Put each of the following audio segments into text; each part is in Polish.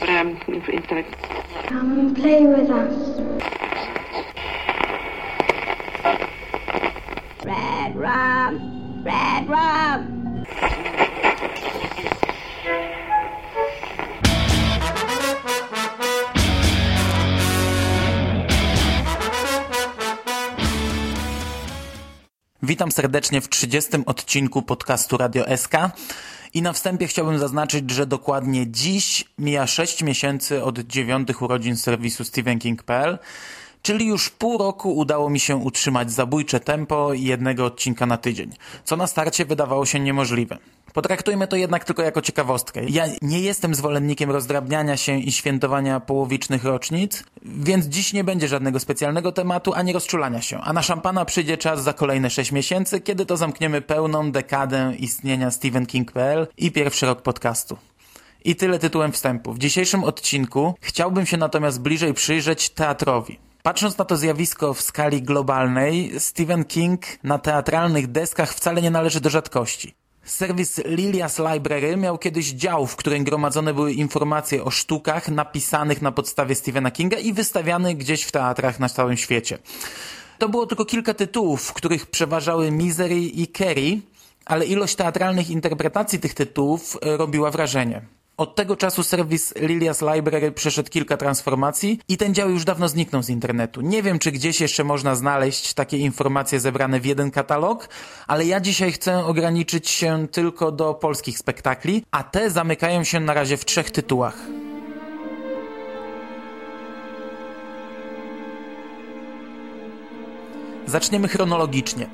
Come and play with us. Red rum, red rum. Witam serdecznie w 30. odcinku podcastu Radio SK i na wstępie chciałbym zaznaczyć, że dokładnie dziś mija 6 miesięcy od 9 urodzin serwisu StephenKing.pl, czyli już pół roku udało mi się utrzymać zabójcze tempo jednego odcinka na tydzień, co na starcie wydawało się niemożliwe. Potraktujmy to jednak tylko jako ciekawostkę. Ja nie jestem zwolennikiem rozdrabniania się i świętowania połowicznych rocznic, więc dziś nie będzie żadnego specjalnego tematu ani rozczulania się, a na szampana przyjdzie czas za kolejne 6 miesięcy, kiedy to zamkniemy pełną dekadę istnienia StephenKing.pl i pierwszy rok podcastu. I tyle tytułem wstępu. W dzisiejszym odcinku chciałbym się natomiast bliżej przyjrzeć teatrowi. Patrząc na to zjawisko w skali globalnej, Stephen King na teatralnych deskach wcale nie należy do rzadkości. Serwis Lilia's Library miał kiedyś dział, w którym gromadzone były informacje o sztukach napisanych na podstawie Stephena Kinga i wystawianych gdzieś w teatrach na całym świecie. To było tylko kilka tytułów, w których przeważały Misery i Carrie, ale ilość teatralnych interpretacji tych tytułów robiła wrażenie. Od tego czasu serwis Lilia's Library przeszedł kilka transformacji i ten dział już dawno zniknął z internetu. Nie wiem, czy gdzieś jeszcze można znaleźć takie informacje zebrane w jeden katalog, ale ja dzisiaj chcę ograniczyć się tylko do polskich spektakli, a te zamykają się na razie w 3 tytułach. Zaczniemy chronologicznie.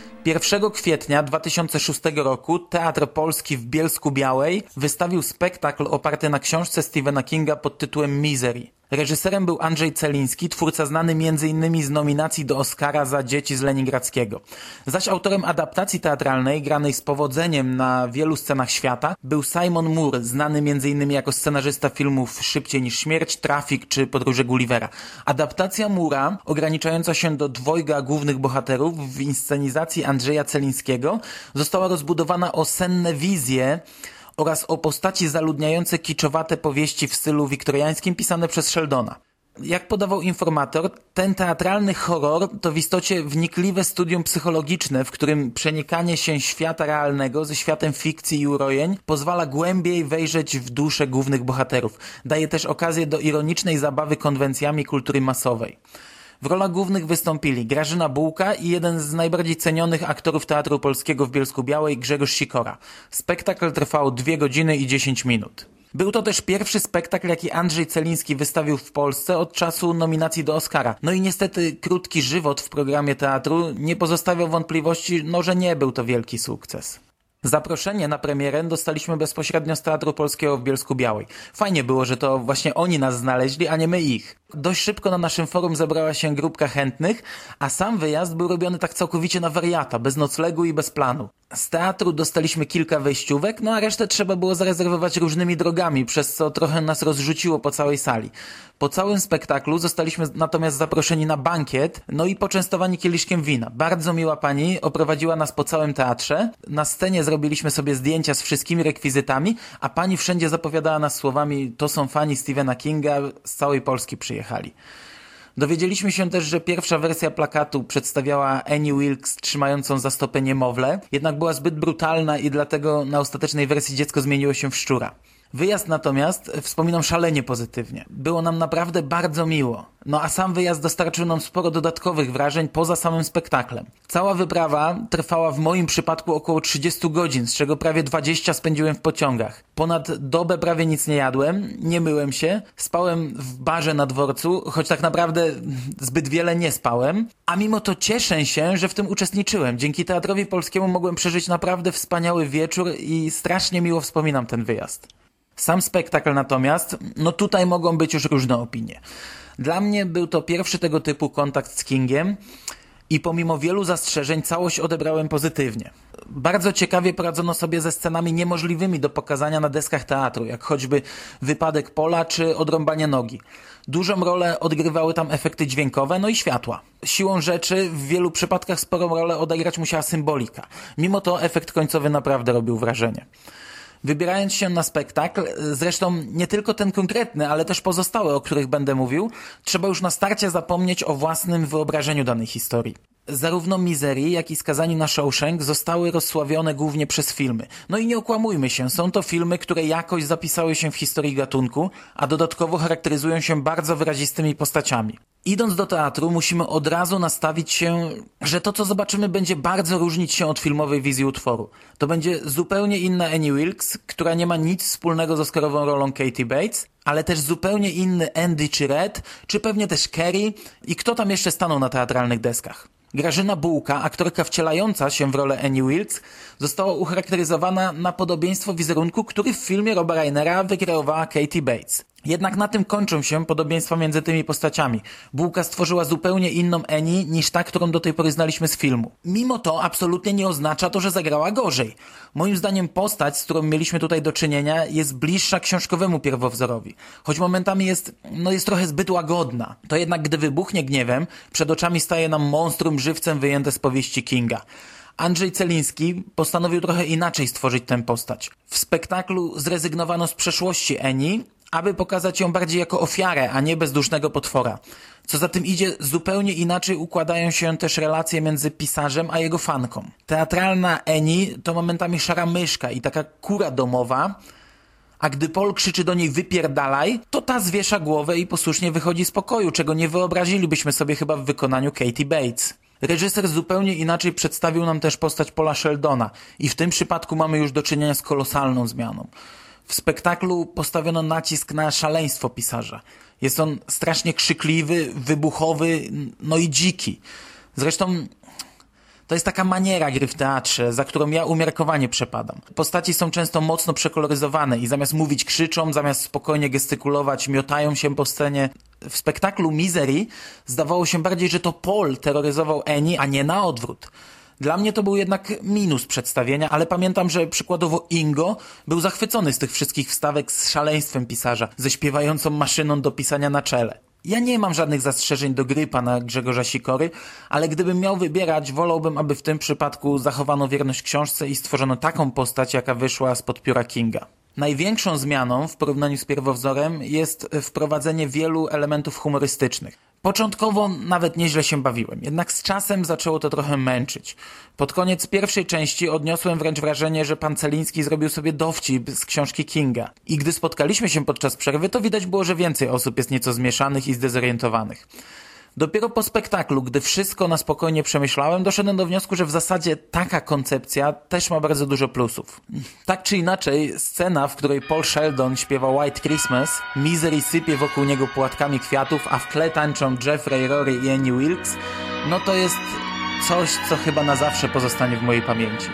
1 kwietnia 2006 roku Teatr Polski w Bielsku-Białej wystawił spektakl oparty na książce Stephena Kinga pod tytułem Misery. Reżyserem był Andrzej Celiński, twórca znany m.in. z nominacji do Oscara za Dzieci z Leningradzkiego. Zaś autorem adaptacji teatralnej, granej z powodzeniem na wielu scenach świata, był Simon Moore, znany m.in. jako scenarzysta filmów Szybciej niż śmierć, Traffic czy Podróże Gullivera. Adaptacja Moore'a, ograniczająca się do 2 głównych bohaterów w inscenizacji Andrzeja Celińskiego, została rozbudowana o senne wizje oraz o postaci zaludniające kiczowate powieści w stylu wiktoriańskim pisane przez Sheldona. Jak podawał informator, ten teatralny horror to w istocie wnikliwe studium psychologiczne, w którym przenikanie się świata realnego ze światem fikcji i urojeń pozwala głębiej wejrzeć w duszę głównych bohaterów. Daje też okazję do ironicznej zabawy konwencjami kultury masowej. W rolach głównych wystąpili Grażyna Bułka i jeden z najbardziej cenionych aktorów Teatru Polskiego w Bielsku-Białej, Grzegorz Sikora. Spektakl trwał 2 godziny i 10 minut. Był to też pierwszy spektakl, jaki Andrzej Celiński wystawił w Polsce od czasu nominacji do Oscara. No i niestety krótki żywot w programie teatru nie pozostawiał wątpliwości, że nie był to wielki sukces. Zaproszenie na premierę dostaliśmy bezpośrednio z Teatru Polskiego w Bielsku-Białej. Fajnie było, że to właśnie oni nas znaleźli, a nie my ich. Dość szybko na naszym forum zebrała się grupka chętnych, a sam wyjazd był robiony tak całkowicie na wariata, bez noclegu i bez planu. Z teatru dostaliśmy kilka wejściówek, a resztę trzeba było zarezerwować różnymi drogami, przez co trochę nas rozrzuciło po całej sali. Po całym spektaklu zostaliśmy natomiast zaproszeni na bankiet, i poczęstowani kieliszkiem wina. Bardzo miła pani oprowadziła nas po całym teatrze. Na scenie zrobiliśmy sobie zdjęcia z wszystkimi rekwizytami, a pani wszędzie zapowiadała nas słowami: to są fani Stephena Kinga, z całej Polski przyjechali. Dowiedzieliśmy się też, że pierwsza wersja plakatu przedstawiała Annie Wilkes trzymającą za stopę niemowlę, jednak była zbyt brutalna i dlatego na ostatecznej wersji dziecko zmieniło się w szczura. Wyjazd natomiast wspominam szalenie pozytywnie. Było nam naprawdę bardzo miło. A sam wyjazd dostarczył nam sporo dodatkowych wrażeń poza samym spektaklem. Cała wyprawa trwała w moim przypadku około 30 godzin, z czego prawie 20 spędziłem w pociągach. Ponad dobę prawie nic nie jadłem, nie myłem się, spałem w barze na dworcu, choć tak naprawdę zbyt wiele nie spałem, a mimo to cieszę się, że w tym uczestniczyłem. Dzięki Teatrowi Polskiemu mogłem przeżyć naprawdę wspaniały wieczór i strasznie miło wspominam ten wyjazd. Sam spektakl natomiast, tutaj mogą być już różne opinie. Dla mnie był to pierwszy tego typu kontakt z Kingiem i pomimo wielu zastrzeżeń całość odebrałem pozytywnie. Bardzo ciekawie poradzono sobie ze scenami niemożliwymi do pokazania na deskach teatru, jak choćby wypadek pola czy odrąbanie nogi. Dużą rolę odgrywały tam efekty dźwiękowe, i światła. Siłą rzeczy w wielu przypadkach sporą rolę odegrać musiała symbolika. Mimo to efekt końcowy naprawdę robił wrażenie. Wybierając się na spektakl, zresztą nie tylko ten konkretny, ale też pozostałe, o których będę mówił, trzeba już na starcie zapomnieć o własnym wyobrażeniu danej historii. Zarówno Misery, jak i Skazani na Shawshank zostały rozsławione głównie przez filmy. No i nie okłamujmy się, są to filmy, które jakoś zapisały się w historii gatunku, a dodatkowo charakteryzują się bardzo wyrazistymi postaciami. Idąc do teatru, musimy od razu nastawić się, że to, co zobaczymy, będzie bardzo różnić się od filmowej wizji utworu. To będzie zupełnie inna Annie Wilkes, która nie ma nic wspólnego z oscarową rolą Katie Bates, ale też zupełnie inny Andy czy Red, czy pewnie też Kerry i kto tam jeszcze stanął na teatralnych deskach. Grażyna Bułka, aktorka wcielająca się w rolę Annie Wilkes, została ucharakteryzowana na podobieństwo wizerunku, który w filmie Roba Reinera wykreowała Katie Bates. Jednak na tym kończą się podobieństwa między tymi postaciami. Bułka stworzyła zupełnie inną Annie niż ta, którą do tej pory znaliśmy z filmu. Mimo to absolutnie nie oznacza to, że zagrała gorzej. Moim zdaniem postać, z którą mieliśmy tutaj do czynienia, jest bliższa książkowemu pierwowzorowi. Choć momentami jest trochę zbyt łagodna. To jednak gdy wybuchnie gniewem, przed oczami staje nam monstrum żywcem wyjęte z powieści Kinga. Andrzej Celiński postanowił trochę inaczej stworzyć tę postać. W spektaklu zrezygnowano z przeszłości Annie, aby pokazać ją bardziej jako ofiarę, a nie bezdusznego potwora. Co za tym idzie, zupełnie inaczej układają się też relacje między pisarzem a jego fanką. Teatralna Annie to momentami szara myszka i taka kura domowa, a gdy Paul krzyczy do niej wypierdalaj, to ta zwiesza głowę i posłusznie wychodzi z pokoju, czego nie wyobrazilibyśmy sobie chyba w wykonaniu Katie Bates. Reżyser zupełnie inaczej przedstawił nam też postać Paula Sheldona i w tym przypadku mamy już do czynienia z kolosalną zmianą. W spektaklu postawiono nacisk na szaleństwo pisarza. Jest on strasznie krzykliwy, wybuchowy, no i dziki. Zresztą to jest taka maniera gry w teatrze, za którą ja umiarkowanie przepadam. Postaci są często mocno przekoloryzowane i zamiast mówić krzyczą, zamiast spokojnie gestykulować, miotają się po scenie. W spektaklu Misery zdawało się bardziej, że to Paul terroryzował Annie, a nie na odwrót. Dla mnie to był jednak minus przedstawienia, ale pamiętam, że przykładowo Ingo był zachwycony z tych wszystkich wstawek z szaleństwem pisarza, ze śpiewającą maszyną do pisania na czele. Ja nie mam żadnych zastrzeżeń do gry pana Grzegorza Sikory, ale gdybym miał wybierać, wolałbym, aby w tym przypadku zachowano wierność książce i stworzono taką postać, jaka wyszła spod pióra Kinga. Największą zmianą w porównaniu z pierwowzorem jest wprowadzenie wielu elementów humorystycznych. Początkowo nawet nieźle się bawiłem, jednak z czasem zaczęło to trochę męczyć. Pod koniec pierwszej części odniosłem wręcz wrażenie, że pan Celiński zrobił sobie dowcip z książki Kinga. I gdy spotkaliśmy się podczas przerwy, to widać było, że więcej osób jest nieco zmieszanych i zdezorientowanych. Dopiero po spektaklu, gdy wszystko na spokojnie przemyślałem, doszedłem do wniosku, że w zasadzie taka koncepcja też ma bardzo dużo plusów. Tak czy inaczej, scena, w której Paul Sheldon śpiewa White Christmas, Misery sypie wokół niego płatkami kwiatów, a w tle tańczą Jeffrey, Rory i Annie Wilkes, no to jest coś, co chyba na zawsze pozostanie w mojej pamięci.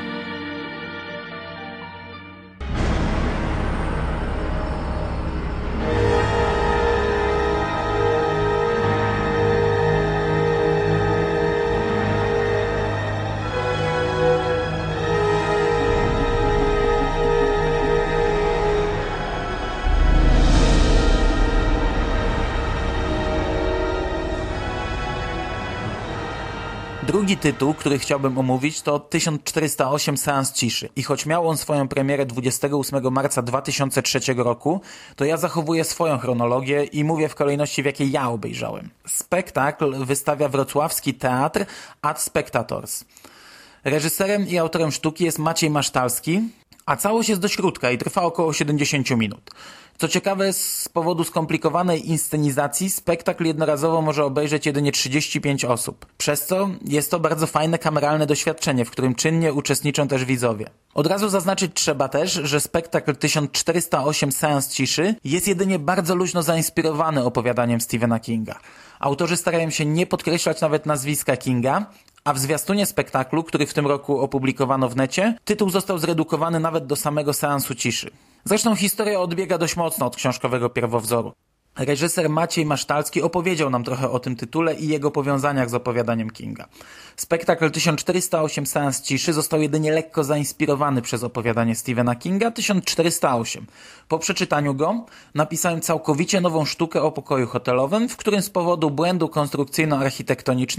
Drugi tytuł, który chciałbym omówić, to 1408 Seans ciszy. I choć miał on swoją premierę 28 marca 2003 roku, to ja zachowuję swoją chronologię i mówię w kolejności, w jakiej ja obejrzałem. Spektakl wystawia wrocławski teatr Ad Spectators. Reżyserem i autorem sztuki jest Maciej Masztalski, a całość jest dość krótka i trwa około 70 minut. Co ciekawe, z powodu skomplikowanej inscenizacji spektakl jednorazowo może obejrzeć jedynie 35 osób. Przez co jest to bardzo fajne kameralne doświadczenie, w którym czynnie uczestniczą też widzowie. Od razu zaznaczyć trzeba też, że spektakl 1408 Seans ciszy jest jedynie bardzo luźno zainspirowany opowiadaniem Stephena Kinga. Autorzy starają się nie podkreślać nawet nazwiska Kinga, a w zwiastunie spektaklu, który w tym roku opublikowano w necie, tytuł został zredukowany nawet do samego seansu ciszy. Zresztą historia odbiega dość mocno od książkowego pierwowzoru. Reżyser Maciej Masztalski opowiedział nam trochę o tym tytule i jego powiązaniach z opowiadaniem Kinga. Spektakl 1408 Seans ciszy został jedynie lekko zainspirowany przez opowiadanie Stephena Kinga 1408. Po przeczytaniu go napisałem całkowicie nową sztukę o pokoju hotelowym, w którym z powodu błędów konstrukcyjno-architektonicznych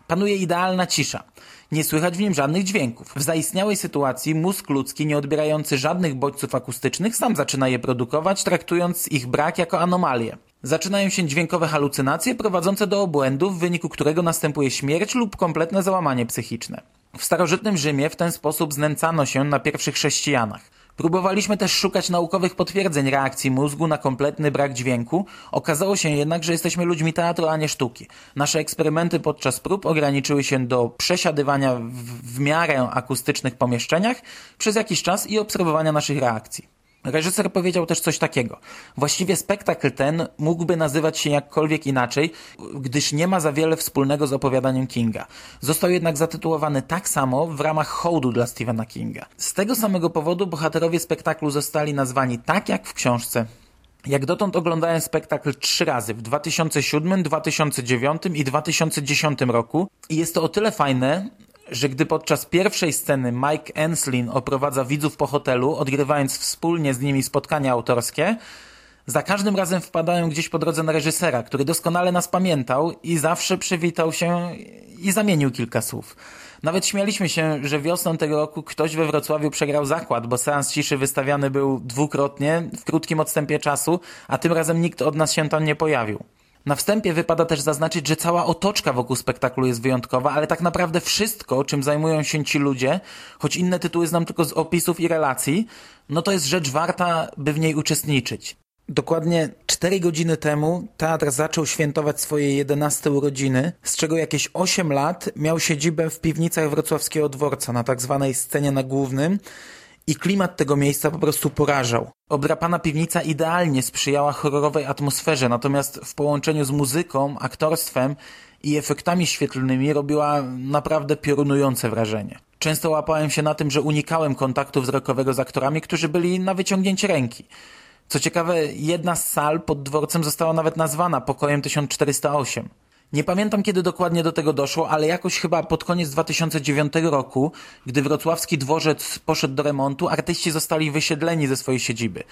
Panuje idealna cisza. Nie słychać w nim żadnych dźwięków. W zaistniałej sytuacji mózg ludzki, nie odbierający żadnych bodźców akustycznych, sam zaczyna je produkować, traktując ich brak jako anomalię. Zaczynają się dźwiękowe halucynacje prowadzące do obłędu, w wyniku którego następuje śmierć lub kompletne załamanie psychiczne. W starożytnym Rzymie w ten sposób znęcano się na pierwszych chrześcijanach. Próbowaliśmy też szukać naukowych potwierdzeń reakcji mózgu na kompletny brak dźwięku. Okazało się jednak, że jesteśmy ludźmi teatru, a nie sztuki. Nasze eksperymenty podczas prób ograniczyły się do przesiadywania w miarę akustycznych pomieszczeniach przez jakiś czas i obserwowania naszych reakcji. Reżyser powiedział też coś takiego. Właściwie spektakl ten mógłby nazywać się jakkolwiek inaczej, gdyż nie ma za wiele wspólnego z opowiadaniem Kinga. Został jednak zatytułowany tak samo w ramach hołdu dla Stephena Kinga. Z tego samego powodu bohaterowie spektaklu zostali nazwani tak jak w książce. Jak dotąd oglądałem spektakl 3 razy, w 2007, 2009 i 2010 roku i jest to o tyle fajne, że gdy podczas pierwszej sceny Mike Enslin oprowadza widzów po hotelu, odgrywając wspólnie z nimi spotkania autorskie, za każdym razem wpadają gdzieś po drodze na reżysera, który doskonale nas pamiętał i zawsze przywitał się i zamienił kilka słów. Nawet śmialiśmy się, że wiosną tego roku ktoś we Wrocławiu przegrał zakład, bo seans ciszy wystawiany był dwukrotnie w krótkim odstępie czasu, a tym razem nikt od nas się tam nie pojawił. Na wstępie wypada też zaznaczyć, że cała otoczka wokół spektaklu jest wyjątkowa, ale tak naprawdę wszystko, czym zajmują się ci ludzie, choć inne tytuły znam tylko z opisów i relacji, no to jest rzecz warta, by w niej uczestniczyć. Dokładnie 4 godziny temu teatr zaczął świętować swoje 11 urodziny, z czego jakieś 8 lat miał siedzibę w piwnicach wrocławskiego dworca na tak zwanej scenie na Głównym i klimat tego miejsca po prostu porażał. Obdrapana piwnica idealnie sprzyjała horrorowej atmosferze, natomiast w połączeniu z muzyką, aktorstwem i efektami świetlnymi robiła naprawdę piorunujące wrażenie. Często łapałem się na tym, że unikałem kontaktu wzrokowego z aktorami, którzy byli na wyciągnięcie ręki. Co ciekawe, jedna z sal pod dworcem została nawet nazwana pokojem 1408. Nie pamiętam, kiedy dokładnie do tego doszło, ale jakoś chyba pod koniec 2009 roku, gdy wrocławski dworzec poszedł do remontu, artyści zostali wysiedleni ze swojej siedziby.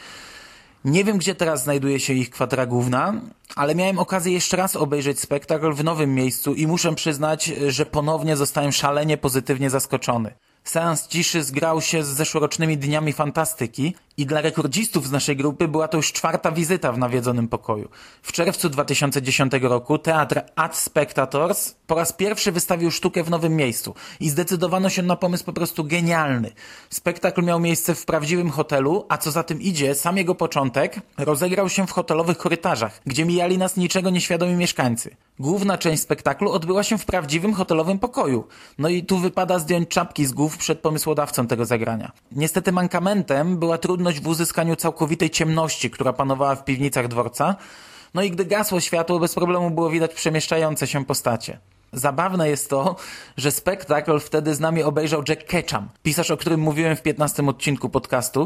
Nie wiem, gdzie teraz znajduje się ich kwatera główna, ale miałem okazję jeszcze raz obejrzeć spektakl w nowym miejscu i muszę przyznać, że ponownie zostałem szalenie pozytywnie zaskoczony. Seans ciszy zgrał się z zeszłorocznymi Dniami Fantastyki i dla rekordzistów z naszej grupy była to już 4. wizyta w nawiedzonym pokoju. W czerwcu 2010 roku teatr Ad Spectators po raz pierwszy wystawił sztukę w nowym miejscu i zdecydowano się na pomysł po prostu genialny. Spektakl miał miejsce w prawdziwym hotelu, a co za tym idzie, sam jego początek rozegrał się w hotelowych korytarzach, gdzie mijali nas niczego nieświadomi mieszkańcy. Główna część spektaklu odbyła się w prawdziwym hotelowym pokoju. No i tu wypada zdjąć czapki z głów przed pomysłodawcą tego zagrania. Niestety mankamentem była trudność w uzyskaniu całkowitej ciemności, która panowała w piwnicach dworca. No i gdy gasło światło, bez problemu było widać przemieszczające się postacie. Zabawne jest to, że spektakl wtedy z nami obejrzał Jack Ketchum, pisarz, o którym mówiłem w 15 odcinku podcastu,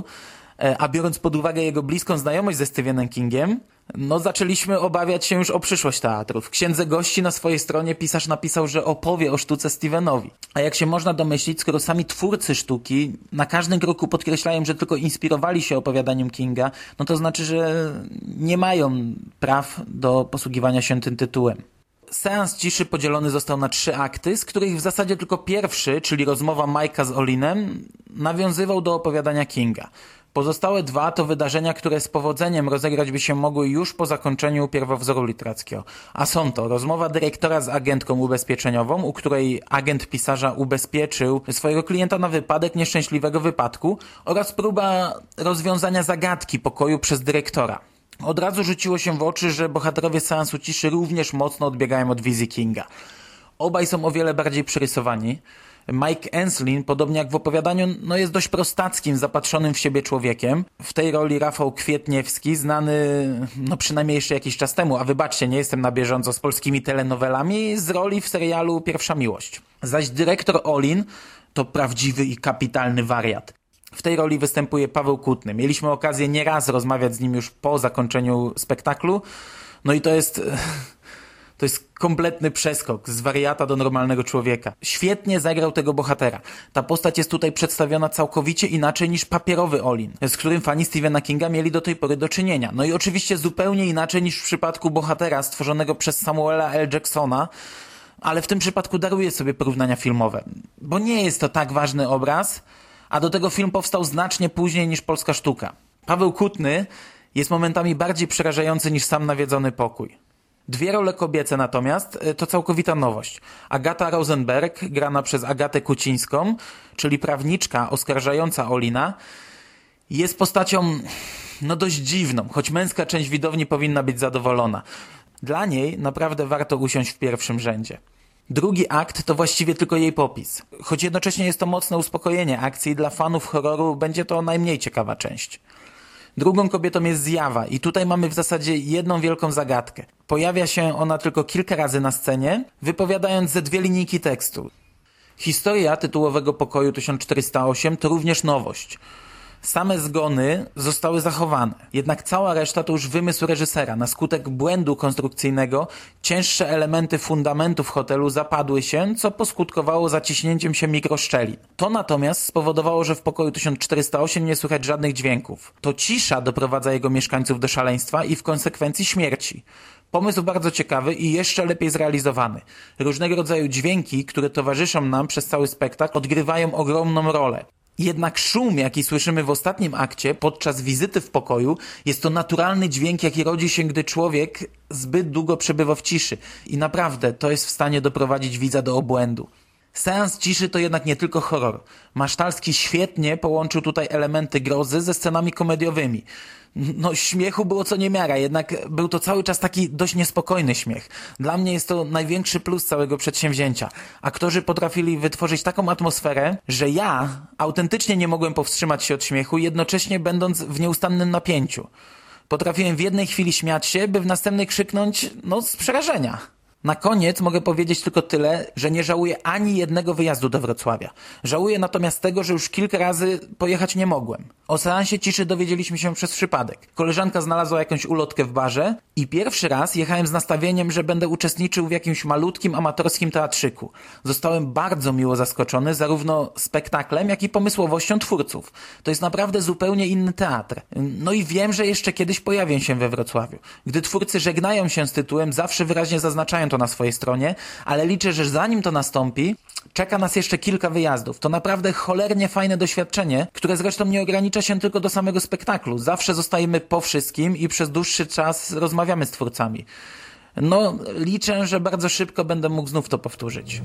a biorąc pod uwagę jego bliską znajomość ze Stephenem Kingiem, no zaczęliśmy obawiać się już o przyszłość teatru. W księdze gości na swojej stronie pisarz napisał, że opowie o sztuce Stephenowi. A jak się można domyślić, skoro sami twórcy sztuki na każdym kroku podkreślają, że tylko inspirowali się opowiadaniem Kinga, no to znaczy, że nie mają praw do posługiwania się tym tytułem. Seans ciszy podzielony został na 3 akty, z których w zasadzie tylko pierwszy, czyli rozmowa Mike'a z Olinem, nawiązywał do opowiadania Kinga. Pozostałe 2 to wydarzenia, które z powodzeniem rozegrać by się mogły już po zakończeniu pierwowzoru literackiego. A są to rozmowa dyrektora z agentką ubezpieczeniową, u której agent pisarza ubezpieczył swojego klienta na wypadek nieszczęśliwego wypadku oraz próba rozwiązania zagadki pokoju przez dyrektora. Od razu rzuciło się w oczy, że bohaterowie seansu ciszy również mocno odbiegają od wizji Kinga. Obaj są o wiele bardziej przerysowani. Mike Enslin, podobnie jak w opowiadaniu, no jest dość prostackim, zapatrzonym w siebie człowiekiem. W tej roli Rafał Kwietniewski, znany no przynajmniej jeszcze jakiś czas temu, a wybaczcie, nie jestem na bieżąco z polskimi telenowelami, z roli w serialu Pierwsza Miłość. Zaś dyrektor Olin to prawdziwy i kapitalny wariat. W tej roli występuje Paweł Kutny. Mieliśmy okazję nieraz rozmawiać z nim już po zakończeniu spektaklu. No i to jest kompletny przeskok z wariata do normalnego człowieka. Świetnie zagrał tego bohatera. Ta postać jest tutaj przedstawiona całkowicie inaczej niż papierowy Olin, z którym fani Stephena Kinga mieli do tej pory do czynienia. No i oczywiście zupełnie inaczej niż w przypadku bohatera stworzonego przez Samuela L. Jacksona, ale w tym przypadku daruję sobie porównania filmowe, bo nie jest to tak ważny obraz, a do tego film powstał znacznie później niż polska sztuka. Paweł Kutny jest momentami bardziej przerażający niż sam Nawiedzony pokój. Dwie role kobiece natomiast to całkowita nowość. Agata Rosenberg, grana przez Agatę Kucińską, czyli prawniczka oskarżająca Olina, jest postacią dość dziwną, choć męska część widowni powinna być zadowolona. Dla niej naprawdę warto usiąść w pierwszym rzędzie. Drugi akt to właściwie tylko jej popis, choć jednocześnie jest to mocne uspokojenie akcji i dla fanów horroru będzie to najmniej ciekawa część. Drugą kobietą jest Zjawa i tutaj mamy w zasadzie jedną wielką zagadkę. Pojawia się ona tylko kilka razy na scenie, wypowiadając ze 2 linijki tekstu. Historia tytułowego pokoju 1408 to również nowość. Same zgony zostały zachowane, jednak cała reszta to już wymysł reżysera. Na skutek błędu konstrukcyjnego cięższe elementy fundamentów hotelu zapadły się, co poskutkowało zaciśnięciem się mikroszczelin. To natomiast spowodowało, że w pokoju 1408 nie słychać żadnych dźwięków. To cisza doprowadza jego mieszkańców do szaleństwa i w konsekwencji śmierci. Pomysł bardzo ciekawy i jeszcze lepiej zrealizowany. Różnego rodzaju dźwięki, które towarzyszą nam przez cały spektakl, odgrywają ogromną rolę. Jednak szum, jaki słyszymy w ostatnim akcie podczas wizyty w pokoju, jest to naturalny dźwięk, jaki rodzi się, gdy człowiek zbyt długo przebywa w ciszy. I naprawdę to jest w stanie doprowadzić widza do obłędu. Seans ciszy to jednak nie tylko horror. Masztalski świetnie połączył tutaj elementy grozy ze scenami komediowymi. Śmiechu było co niemiara, jednak był to cały czas taki dość niespokojny śmiech. Dla mnie jest to największy plus całego przedsięwzięcia. Aktorzy potrafili wytworzyć taką atmosferę, że ja autentycznie nie mogłem powstrzymać się od śmiechu, jednocześnie będąc w nieustannym napięciu. Potrafiłem w jednej chwili śmiać się, by w następnej krzyknąć, z przerażenia. Na koniec mogę powiedzieć tylko tyle, że nie żałuję ani jednego wyjazdu do Wrocławia. Żałuję natomiast tego, że już kilka razy pojechać nie mogłem. O seansie ciszy dowiedzieliśmy się przez przypadek. Koleżanka znalazła jakąś ulotkę w barze i pierwszy raz jechałem z nastawieniem, że będę uczestniczył w jakimś malutkim, amatorskim teatrzyku. Zostałem bardzo miło zaskoczony zarówno spektaklem, jak i pomysłowością twórców. To jest naprawdę zupełnie inny teatr. I wiem, że jeszcze kiedyś pojawię się we Wrocławiu. Gdy twórcy żegnają się z tytułem, zawsze wyraźnie zaznaczają to na swojej stronie, ale liczę, że zanim to nastąpi, czeka nas jeszcze kilka wyjazdów. To naprawdę cholernie fajne doświadczenie, które zresztą nie ogranicza się tylko do samego spektaklu. Zawsze zostajemy po wszystkim i przez dłuższy czas rozmawiamy z twórcami. Liczę, że bardzo szybko będę mógł znów to powtórzyć.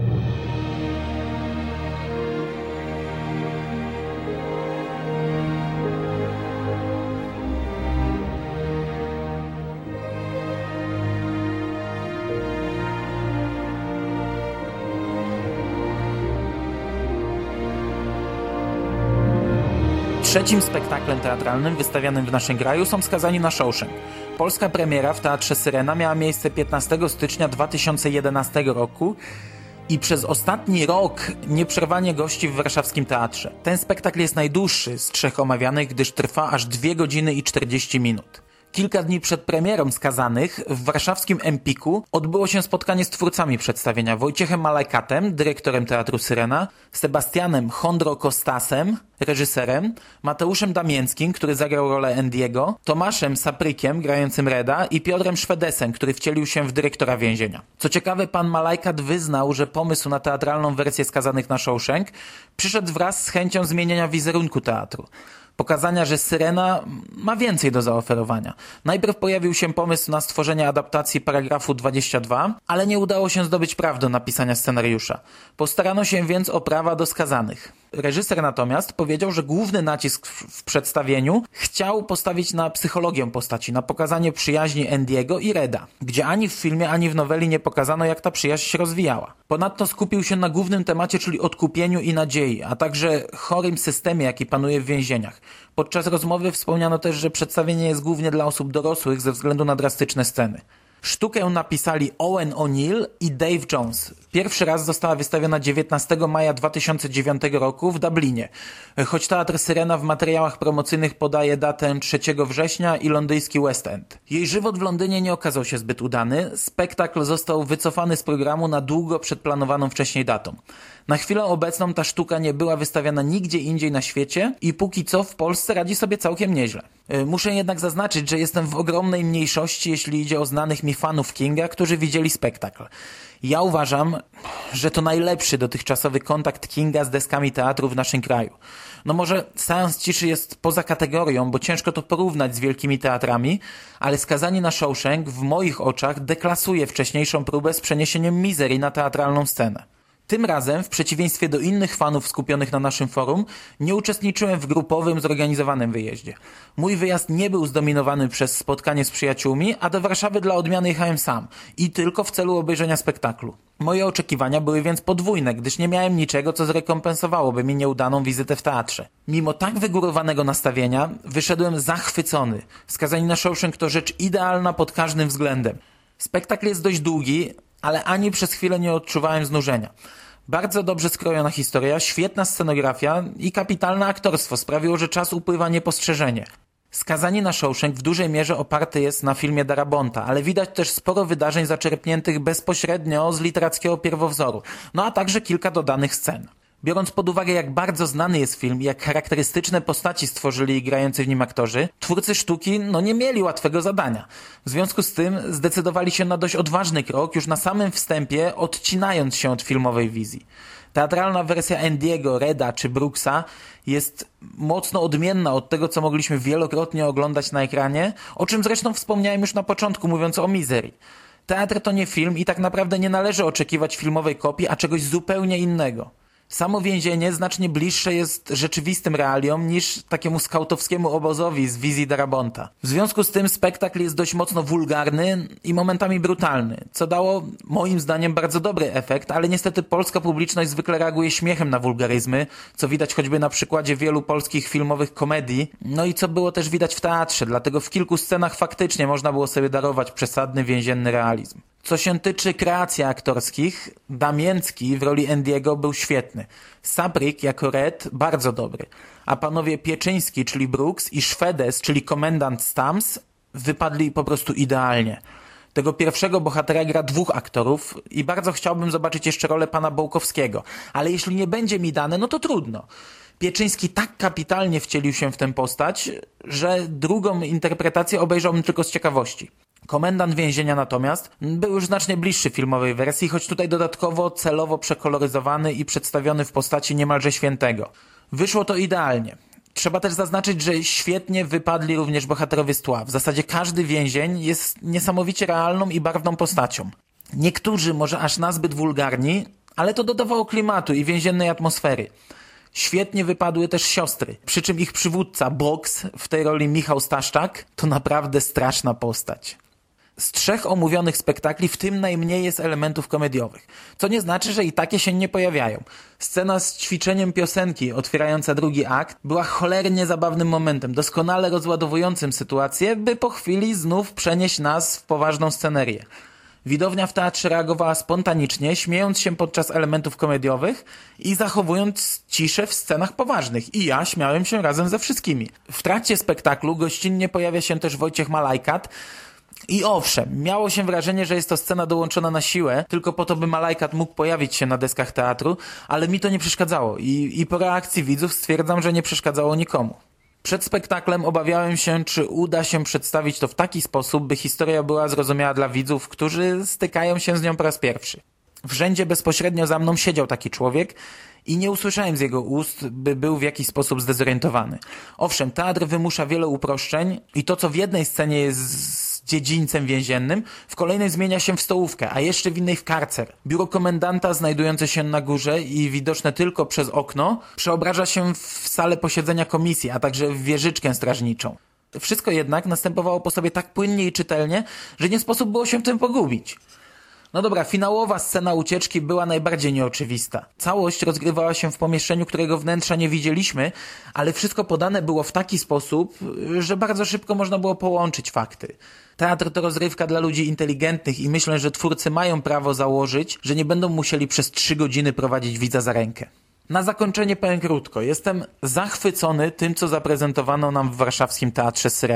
Trzecim spektaklem teatralnym wystawianym w naszym kraju są Skazani na Shawshank. Polska premiera w Teatrze Syrena miała miejsce 15 stycznia 2011 roku i przez ostatni rok nieprzerwanie gości w warszawskim teatrze. Ten spektakl jest najdłuższy z 3 omawianych, gdyż trwa aż 2 godziny i 40 minut. Kilka dni przed premierą Skazanych w warszawskim Empiku odbyło się spotkanie z twórcami przedstawienia: Wojciechem Malajkatem, dyrektorem Teatru Syrena, Sebastianem Chondro-Kostasem, reżyserem, Mateuszem Damięckim, który zagrał rolę Endiego, Tomaszem Saprykiem, grającym Reda, i Piotrem Szwedesem, który wcielił się w dyrektora więzienia. Co ciekawe, pan Malajkat wyznał, że pomysł na teatralną wersję Skazanych na Shawshank przyszedł wraz z chęcią zmienienia wizerunku teatru. Pokazania, że Syrena ma więcej do zaoferowania. Najpierw pojawił się pomysł na stworzenie adaptacji paragrafu 22, ale nie udało się zdobyć praw do napisania scenariusza. Postarano się więc o prawa do Skazanych. Reżyser natomiast powiedział, że główny nacisk w przedstawieniu chciał postawić na psychologię postaci, na pokazanie przyjaźni Endiego i Reda, gdzie ani w filmie, ani w noweli nie pokazano, jak ta przyjaźń się rozwijała. Ponadto skupił się na głównym temacie, czyli odkupieniu i nadziei, a także chorym systemie, jaki panuje w więzieniach. Podczas rozmowy wspomniano też, że przedstawienie jest głównie dla osób dorosłych ze względu na drastyczne sceny. Sztukę napisali Owen O'Neill i Dave Jones. Pierwszy raz została wystawiona 19 maja 2009 roku w Dublinie, choć Teatr Syrena w materiałach promocyjnych podaje datę 3 września i londyński West End. Jej żywot w Londynie nie okazał się zbyt udany. Spektakl został wycofany z programu na długo przed planowaną wcześniej datą. Na chwilę obecną ta sztuka nie była wystawiana nigdzie indziej na świecie i póki co w Polsce radzi sobie całkiem nieźle. Muszę jednak zaznaczyć, że jestem w ogromnej mniejszości, jeśli idzie o znanych mi fanów Kinga, którzy widzieli spektakl. Ja uważam, że to najlepszy dotychczasowy kontakt Kinga z deskami teatru w naszym kraju. No może Seans ciszy jest poza kategorią, bo ciężko to porównać z wielkimi teatrami, ale Skazani na Shawshank w moich oczach deklasuje wcześniejszą próbę z przeniesieniem Misery na teatralną scenę. Tym razem, w przeciwieństwie do innych fanów skupionych na naszym forum, nie uczestniczyłem w grupowym, zorganizowanym wyjeździe. Mój wyjazd nie był zdominowany przez spotkanie z przyjaciółmi, a do Warszawy dla odmiany jechałem sam i tylko w celu obejrzenia spektaklu. Moje oczekiwania były więc podwójne, gdyż nie miałem niczego, co zrekompensowałoby mi nieudaną wizytę w teatrze. Mimo tak wygórowanego nastawienia, wyszedłem zachwycony. Skazani na Shawshank to rzecz idealna pod każdym względem. Spektakl jest dość długi, ale ani przez chwilę nie odczuwałem znużenia. Bardzo dobrze skrojona historia, świetna scenografia i kapitalne aktorstwo sprawiło, że czas upływa niepostrzeżenie. Skazani na Shawshank w dużej mierze oparty jest na filmie Darabonta, ale widać też sporo wydarzeń zaczerpniętych bezpośrednio z literackiego pierwowzoru, no a także kilka dodanych scen. Biorąc pod uwagę, jak bardzo znany jest film i jak charakterystyczne postaci stworzyli grający w nim aktorzy, twórcy sztuki nie mieli łatwego zadania. W związku z tym zdecydowali się na dość odważny krok, już na samym wstępie odcinając się od filmowej wizji. Teatralna wersja Andiego, Reda czy Brooksa jest mocno odmienna od tego, co mogliśmy wielokrotnie oglądać na ekranie, o czym zresztą wspomniałem już na początku, mówiąc o Misery. Teatr to nie film i tak naprawdę nie należy oczekiwać filmowej kopii, a czegoś zupełnie innego. Samo więzienie znacznie bliższe jest rzeczywistym realiom niż takiemu skautowskiemu obozowi z wizji Darabonta. W związku z tym spektakl jest dość mocno wulgarny i momentami brutalny, co dało moim zdaniem bardzo dobry efekt, ale niestety polska publiczność zwykle reaguje śmiechem na wulgaryzmy, co widać choćby na przykładzie wielu polskich filmowych komedii, no i co było też widać w teatrze, dlatego w kilku scenach faktycznie można było sobie darować przesadny więzienny realizm. Co się tyczy kreacji aktorskich, Damięcki w roli Andiego był świetny. Sapryk jako Red bardzo dobry. A panowie Pieczyński, czyli Brooks i Szwedes, czyli komendant Stams wypadli po prostu idealnie. Tego pierwszego bohatera gra dwóch aktorów i bardzo chciałbym zobaczyć jeszcze rolę pana Bołkowskiego. Ale jeśli nie będzie mi dane, to trudno. Pieczyński tak kapitalnie wcielił się w tę postać, że drugą interpretację obejrzałbym tylko z ciekawości. Komendant więzienia natomiast był już znacznie bliższy filmowej wersji, choć tutaj dodatkowo celowo przekoloryzowany i przedstawiony w postaci niemalże świętego. Wyszło to idealnie. Trzeba też zaznaczyć, że świetnie wypadli również bohaterowie z tła. W zasadzie każdy więzień jest niesamowicie realną i barwną postacią. Niektórzy może aż nazbyt wulgarni, ale to dodawało klimatu i więziennej atmosfery. Świetnie wypadły też siostry, przy czym ich przywódca Box, w tej roli Michał Staszczak, to naprawdę straszna postać. Z 3 omówionych spektakli w tym najmniej jest elementów komediowych, co nie znaczy, że i takie się nie pojawiają. Scena z ćwiczeniem piosenki otwierająca drugi akt była cholernie zabawnym momentem, doskonale rozładowującym sytuację, by po chwili znów przenieść nas w poważną scenerię. Widownia w teatrze reagowała spontanicznie, śmiejąc się podczas elementów komediowych i zachowując ciszę w scenach poważnych. I ja śmiałem się razem ze wszystkimi. W trakcie spektaklu gościnnie pojawia się też Wojciech Malajkat. I owszem, miało się wrażenie, że jest to scena dołączona na siłę, tylko po to, by Malajkat mógł pojawić się na deskach teatru, ale mi to nie przeszkadzało i po reakcji widzów stwierdzam, że nie przeszkadzało nikomu. Przed spektaklem obawiałem się, czy uda się przedstawić to w taki sposób, by historia była zrozumiała dla widzów, którzy stykają się z nią po raz pierwszy. W rzędzie bezpośrednio za mną siedział taki człowiek i nie usłyszałem z jego ust, by był w jakiś sposób zdezorientowany. Owszem, teatr wymusza wiele uproszczeń i to, co w jednej scenie jest dziedzińcem więziennym, w kolejnej zmienia się w stołówkę, a jeszcze w innej w karcer. Biuro komendanta znajdujące się na górze i widoczne tylko przez okno przeobraża się w salę posiedzenia komisji, a także w wieżyczkę strażniczą. Wszystko jednak następowało po sobie tak płynnie i czytelnie, że nie sposób było się w tym pogubić. No dobra, finałowa scena ucieczki była najbardziej nieoczywista. Całość rozgrywała się w pomieszczeniu, którego wnętrza nie widzieliśmy, ale wszystko podane było w taki sposób, że bardzo szybko można było połączyć fakty. Teatr to rozrywka dla ludzi inteligentnych i myślę, że twórcy mają prawo założyć, że nie będą musieli przez 3 godziny prowadzić widza za rękę. Na zakończenie powiem krótko. Jestem zachwycony tym, co zaprezentowano nam w warszawskim Teatrze Syrena.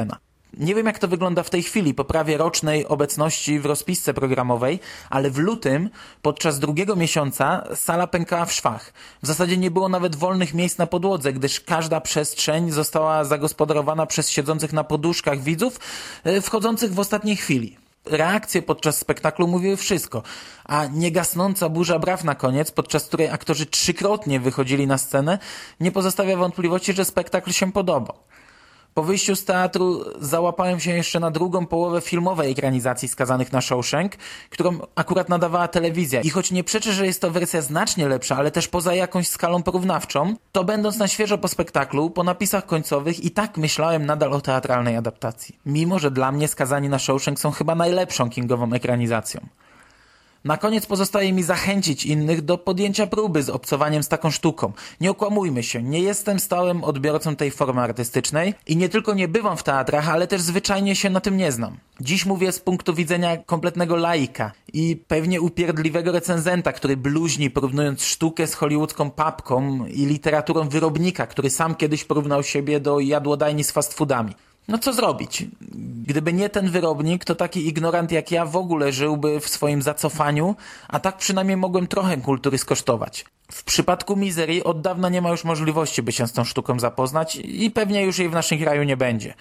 Nie wiem, jak to wygląda w tej chwili, po prawie rocznej obecności w rozpisce programowej, ale w lutym, podczas drugiego miesiąca, sala pękała w szwach. W zasadzie nie było nawet wolnych miejsc na podłodze, gdyż każda przestrzeń została zagospodarowana przez siedzących na poduszkach widzów wchodzących w ostatniej chwili. Reakcje podczas spektaklu mówiły wszystko, a niegasnąca burza braw na koniec, podczas której aktorzy 3-krotnie wychodzili na scenę, nie pozostawia wątpliwości, że spektakl się podobał. Po wyjściu z teatru załapałem się jeszcze na drugą połowę filmowej ekranizacji Skazanych na Shawshank, którą akurat nadawała telewizja. I choć nie przeczę, że jest to wersja znacznie lepsza, ale też poza jakąś skalą porównawczą, to będąc na świeżo po spektaklu, po napisach końcowych i tak myślałem nadal o teatralnej adaptacji. Mimo, że dla mnie Skazani na Shawshank są chyba najlepszą kingową ekranizacją. Na koniec pozostaje mi zachęcić innych do podjęcia próby z obcowaniem z taką sztuką. Nie okłamujmy się, nie jestem stałym odbiorcą tej formy artystycznej i nie tylko nie bywam w teatrach, ale też zwyczajnie się na tym nie znam. Dziś mówię z punktu widzenia kompletnego laika i pewnie upierdliwego recenzenta, który bluźni, porównując sztukę z hollywoodzką papką i literaturą wyrobnika, który sam kiedyś porównał siebie do jadłodajni z fast foodami. No co zrobić? Gdyby nie ten wyrobnik, to taki ignorant jak ja w ogóle żyłby w swoim zacofaniu, a tak przynajmniej mogłem trochę kultury skosztować. W przypadku Misery od dawna nie ma już możliwości, by się z tą sztuką zapoznać i pewnie już jej w naszym kraju nie będzie.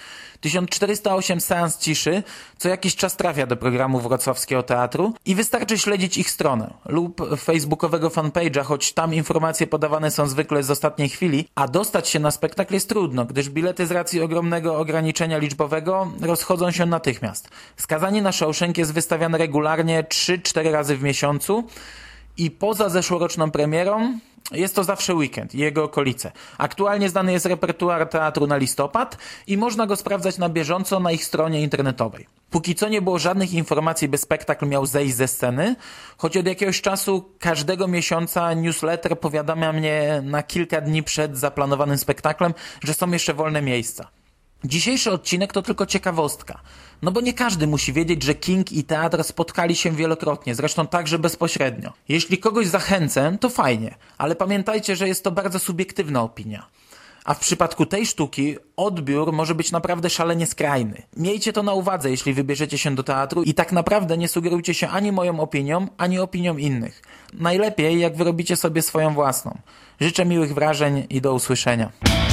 1408 Seans Ciszy co jakiś czas trafia do programu Wrocławskiego Teatru i wystarczy śledzić ich stronę lub facebookowego fanpage'a, choć tam informacje podawane są zwykle z ostatniej chwili, a dostać się na spektakl jest trudno, gdyż bilety z racji ogromnego ograniczenia liczbowego rozchodzą się natychmiast. Skazani na Shawshank jest wystawiane regularnie 3-4 razy w miesiącu, i poza zeszłoroczną premierą jest to zawsze weekend i jego okolice. Aktualnie znany jest repertuar teatru na listopad i można go sprawdzać na bieżąco na ich stronie internetowej. Póki co nie było żadnych informacji, by spektakl miał zejść ze sceny, choć od jakiegoś czasu każdego miesiąca newsletter powiadamia mnie na kilka dni przed zaplanowanym spektaklem, że są jeszcze wolne miejsca. Dzisiejszy odcinek to tylko ciekawostka, no bo nie każdy musi wiedzieć, że King i teatr spotkali się wielokrotnie, zresztą także bezpośrednio. Jeśli kogoś zachęcę, to fajnie, ale pamiętajcie, że jest to bardzo subiektywna opinia. A w przypadku tej sztuki odbiór może być naprawdę szalenie skrajny. Miejcie to na uwadze, jeśli wybierzecie się do teatru i tak naprawdę nie sugerujcie się ani moją opinią, ani opinią innych. Najlepiej, jak wyrobicie sobie swoją własną. Życzę miłych wrażeń i do usłyszenia.